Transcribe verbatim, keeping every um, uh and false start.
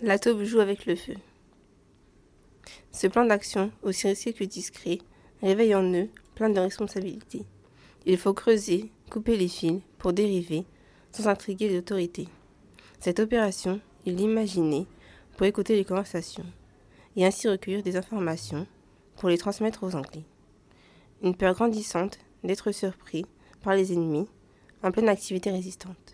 La taupe joue avec le feu. Ce plan d'action, aussi risqué que discret, réveille en eux plein de responsabilités. Il faut creuser, couper les fils pour dériver, sans intriguer l'autorité. Cette opération, il l'imaginait pour écouter les conversations, et ainsi recueillir des informations pour les transmettre aux Anglais. Une peur grandissante d'être surpris par les ennemis en pleine activité résistante.